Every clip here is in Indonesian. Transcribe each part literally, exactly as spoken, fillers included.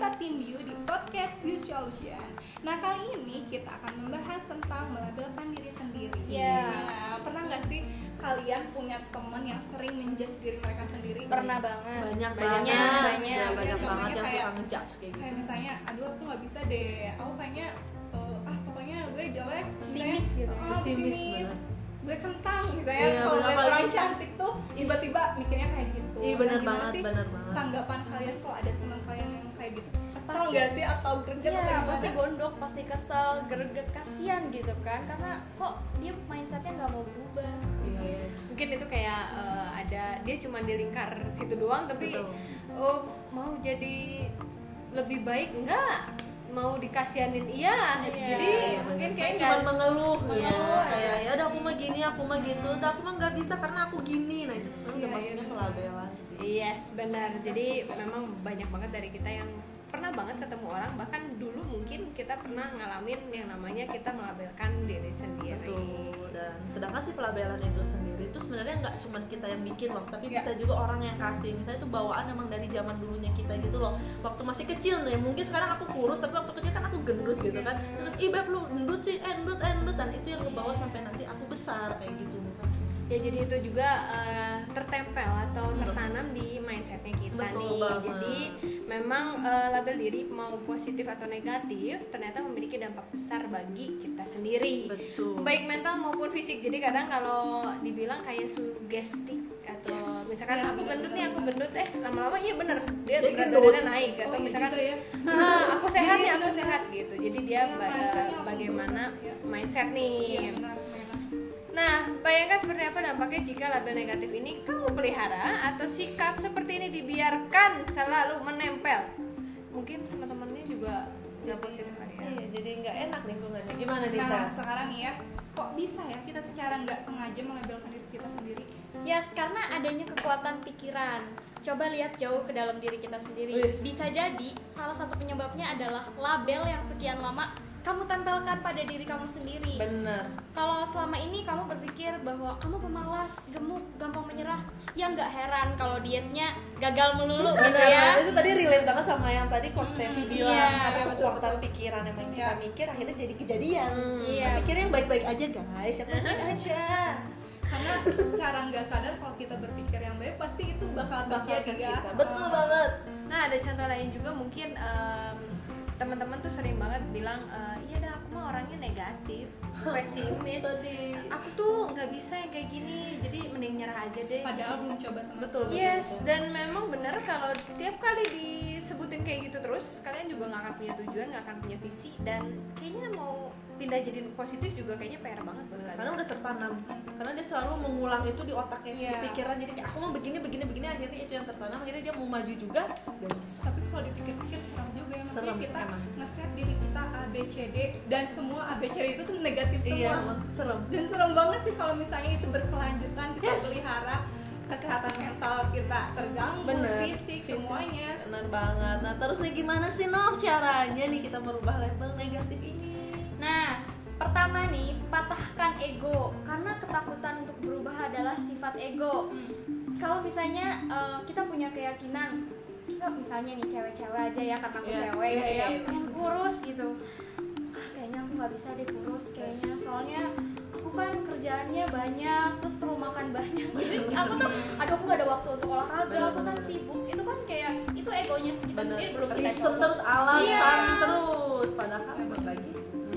kita Tim Biu di podcast Biu Solution. Nah kali ini kita akan membahas tentang melabelkan diri sendiri. Yeah. Nah, pernah nggak sih kalian punya teman yang sering menjudge diri mereka sendiri? Pernah banget. Banyak banyak banget, banyak, ya, banyak Contohnya banget yang kayak- suka ngejudge kayak gitu. Kayak misalnya, aduh aku nggak bisa deh, aku kayaknya uh, ah pokoknya gue jelek, Pesimis misalnya, gitu. ah, Pesimis, pesimis. bener. Gue kentang misalnya, Iya, kalau bener, ngeliat apalagi- orang cantik tuh tiba-tiba mikirnya kayak gitu. Iya benar Nah, gimana banget, sih benar banget. tanggapan kalian kalau ada teman kalian yang kayak gitu? Kesel Pasti. nggak sih atau greget atau Iya, gimana? pasti gondok, pasti kesel, greget, kasihan gitu kan. Karena kok dia mindsetnya nggak mau berubah. Iya, iya. Mungkin itu kayak uh, ada dia cuma di lingkar situ doang tapi Betul. oh mau jadi lebih baik enggak, mau dikasihanin iya, Iya. jadi Iya, mungkin bener. kayak cuma nggak- mengeluh gitu. Mengeluh, Kayak ya udah aku mah gini, aku mah gitu, udah aku mah nggak bisa karena aku gini. Nah itu sebenarnya udah Iya, maksudnya iya, pelabelan sih. yes benar. Jadi memang banyak banget dari kita yang pernah banget ketemu orang, bahkan dulu mungkin kita pernah ngalamin yang namanya kita melabelkan diri sendiri. Betul. Dan sedangkan si pelabelan itu sendiri itu sebenarnya nggak cuma kita yang bikin loh, tapi Iya. bisa juga orang yang kasih. Misalnya itu bawaan emang dari zaman dulunya kita gitu loh. Waktu masih kecil nih, mungkin sekarang aku kurus tapi waktu kecil kan aku gendut gitu kan. Terus, ih beb lu gendut sih, eh gendut, eh gendut, dan itu yang kebawa sampai nanti aku besar kayak gitu misalnya. Ya jadi itu juga uh, tertempel atau tertanam di mindsetnya kita Betul nih. banget. Jadi memang uh, label diri mau positif atau negatif ternyata memiliki dampak besar bagi kita sendiri. Betul. Baik mental maupun fisik. Jadi kadang kalau dibilang kayak sugesti atau Yes. misalkan Ya, aku bener, gendut bener, nih, aku bener. gendut eh lama-lama iya bener dia Dia berat gendut. badannya naik atau Oh, iya misalkan juga ya. "Ah, aku sehat Iya, nih, aku bener, sehat gitu. Jadi dia Iya, ba- mindsetnya langsung bagaimana berubah, ya. mindset nih. Iya benar, benar. Nah, bayangkan seperti apa dampaknya jika label negatif ini kamu pelihara atau sikap seperti ini dibiarkan selalu menempel. Mungkin teman-temannya juga nggak positif kali ya. Iya, jadi nggak enak lingkungannya. Gimana nih Nah Kak? sekarang nih ya, kok bisa ya kita secara nggak sengaja melabelkan diri kita sendiri? Yes, karena adanya kekuatan pikiran. Coba lihat jauh ke dalam diri kita sendiri. Wis. Bisa jadi salah satu penyebabnya adalah label yang sekian lama kamu tempelkan pada diri kamu sendiri. Bener. Kalau selama ini kamu berpikir bahwa kamu pemalas, gemuk, gampang menyerah, ya nggak heran kalau dietnya gagal melulu gitu Bener, ya. itu tadi relate banget sama yang tadi Coach Tevi bilang. iya, Karena iya, betul, kekuatan betul. pikiran yang kita Iya. mikir akhirnya jadi kejadian. Iya. Nah, pikir yang baik-baik aja guys, yang baik-baik aja. Karena secara nggak sadar kalau kita berpikir yang baik pasti itu bakal Bakal terjadi ke ya. kita. Betul banget. Nah, ada contoh lain juga mungkin em, teman-teman tuh sering banget bilang "Eh, iya dah aku mah orangnya negatif, pesimis. Sedih. Aku tuh nggak bisa yang kayak gini, jadi mending nyerah aja deh." Padahal belum coba sama Betul. sekali. Yes, dan memang benar kalau tiap kali disebutin kayak gitu terus, kalian juga nggak akan punya tujuan, nggak akan punya visi, dan kayaknya mau pindah jadi positif juga kayaknya P R banget buat kalian. Karena udah tertanam. Karena dia selalu mengulang itu di otaknya, Iya. di pikiran. Jadi kayak aku mau begini, begini, begini. Akhirnya itu yang tertanam. Akhirnya dia mau maju juga, gak bisa. Tapi kalau dipikir-pikir serem juga ya, maksudnya Serem, kita emang. ngeset diri kita A B C D dan semua A B C D itu tuh negatif semua. Iya, emang serem. Dan serem banget sih kalau misalnya itu berkelanjutan, kita Yes. pelihara kesehatan mental kita terganggu, Bener. fisik, semuanya. Benar banget. Nah terus nih gimana sih Nov caranya nih kita merubah label negatif ini? Nah, pertama nih, patahkan ego. Karena ketakutan untuk berubah adalah sifat ego. Kalau misalnya eh, kita punya keyakinan, kita misalnya nih cewek-cewek aja ya, karena aku Iya, cewek iya, gitu iya, ya, iya. pengen kurus gitu. Ah, kayaknya aku nggak bisa deh kurus kayaknya, soalnya aku kan kerjaannya banyak, terus perlu makan banyak. Jadi aku tuh, aduh aku nggak ada waktu untuk olahraga, Bener, aku kan bener. sibuk. Itu kan kayak itu egonya kita Bener. sendiri belum kita Reason coba. terus, alasan Iya. terus. Padahal buat lagi.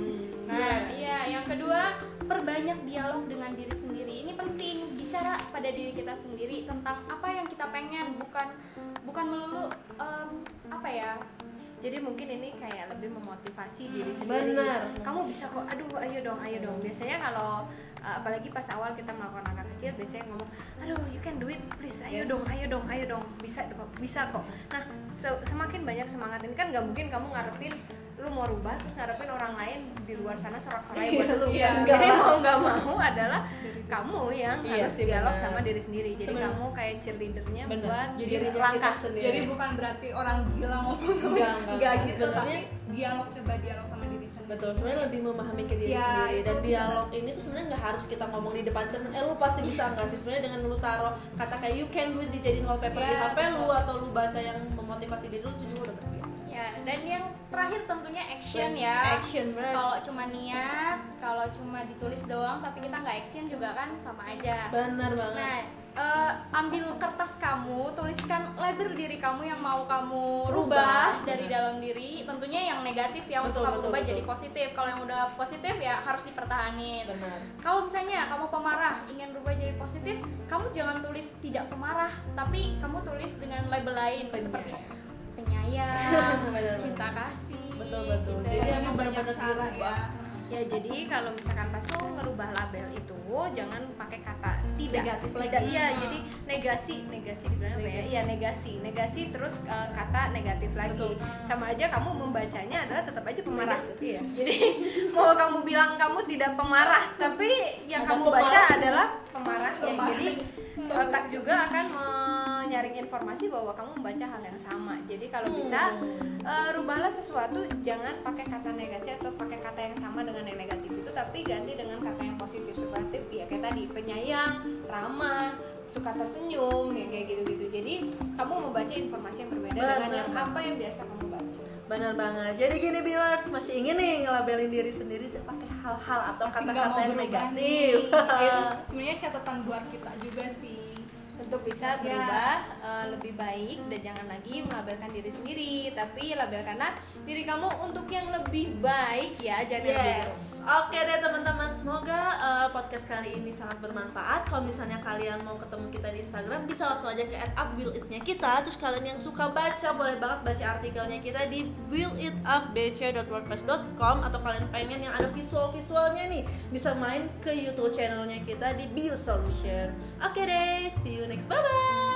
Nah, iya, yang kedua, perbanyak dialog dengan diri sendiri. Ini penting, bicara pada diri kita sendiri tentang apa yang kita pengen, bukan bukan melulu em, apa ya? Jadi mungkin ini kayak lebih memotivasi diri sendiri. Benar. Kamu bisa kok. Aduh, ayo dong, ayo dong. Biasanya kalau uh, apalagi pas awal kita melakukan langkah kecil, biasanya ngomong, "Aduh, you can do it, please. Ayo Yes. dong, ayo dong, ayo dong. Bisa kok, bisa kok." Nah, se- semakin banyak semangat ini kan nggak mungkin kamu ngarepin lu mau rubah terus ngarepin orang lain di luar sana sorak-sorai buat lu. Iya, Jadi enggak. mau nggak mau adalah kamu yang Iya harus sih, dialog benar. sama diri sendiri. Jadi Sebenarnya. kamu kayak cheerleadernya Benar. buat Jadi Dirinya langkah kita sendiri. Jadi bukan berarti orang gila ngomong Enggak, enggak, enggak enggak. gitu, Sebenarnya- tapi dialog, coba dialog sama diri sendiri. Betul, sebenarnya lebih memahami ke diri Ya, sendiri. Dan itu dialog ini tuh sebenarnya nggak harus kita ngomong di depan cermin. Eh lu pasti bisa nggak sih? Sebenarnya dengan lu taruh kata kayak you can do it dijadiin wallpaper Ya, di H P lu, betul. atau lu baca yang memotivasi diri lu, itu juga udah berarti. Ya, dan yang terakhir tentunya action Yes, ya. action, bener. Kalau cuma niat, kalau cuma ditulis doang tapi kita nggak action juga kan sama aja. Benar banget. Nah, eh, ambil kertas kamu, tuliskan label diri kamu yang mau kamu rubah, Rubah, dari benar. dalam diri. Tentunya yang negatif ya untuk Betul, kamu betul, rubah betul. jadi positif. Kalau yang udah positif ya harus dipertahanin. Benar. Kalau misalnya kamu pemarah ingin berubah jadi positif, kamu jangan tulis tidak pemarah, tapi kamu tulis dengan label lain Penyayang. seperti penyayang, Benar. cinta kasih. Betul, betul. gitu. Jadi Banyak emang benar-benar cara dirubah. ya. Ya jadi kalau misalkan pas mau ngerubah label itu jangan pakai kata tidak Negatif lagi. tidak iya Hmm. jadi negasi negasi dibilang apa ya Negasi. iya negasi negasi terus eh, kata negatif lagi Betul. sama aja kamu membacanya adalah tetap aja pemarah. Negatif, iya. Jadi mau kamu bilang kamu tidak pemarah tapi yang Ada kamu baca pemarah. adalah pemarah ya. Pemarah. Jadi otak juga akan menyaring informasi bahwa kamu membaca hal yang sama. Jadi kalau bisa eh, rubahlah sesuatu jangan pakai kata negasi atau pakai kata yang sama dengan yang negatif itu tapi ganti dengan kata yang positif seperti ya kayak tadi penyayang, ramah, suka tersenyum yang kayak gitu-gitu. Jadi kamu membaca informasi yang berbeda Benar, dengan yang benar. apa yang biasa kamu baca. Benar banget. Jadi gini viewers, masih ingin nih ngelabelin diri sendiri pakai hal-hal atau Masih nggak kata-kata mau yang berubah negatif. nih. Itu sebenarnya catatan buat kita juga sih. Untuk bisa Ya. berubah eh, lebih baik dan jangan lagi melabelkan diri sendiri tapi labelkanlah diri kamu untuk yang lebih baik ya jangan yang buruk. Yes, oke deh teman-teman. Semoga uh, podcast kali ini sangat bermanfaat. Kalau misalnya kalian mau ketemu kita di Instagram, bisa langsung aja ke at up build it-nya kita. Terus kalian yang suka baca, boleh banget baca artikelnya kita di build it up b c dot wordpress dot com. Atau kalian pengen yang ada visual-visualnya nih, bisa main ke YouTube channelnya kita di Bio Solution. Oke deh, see you next, bye-bye.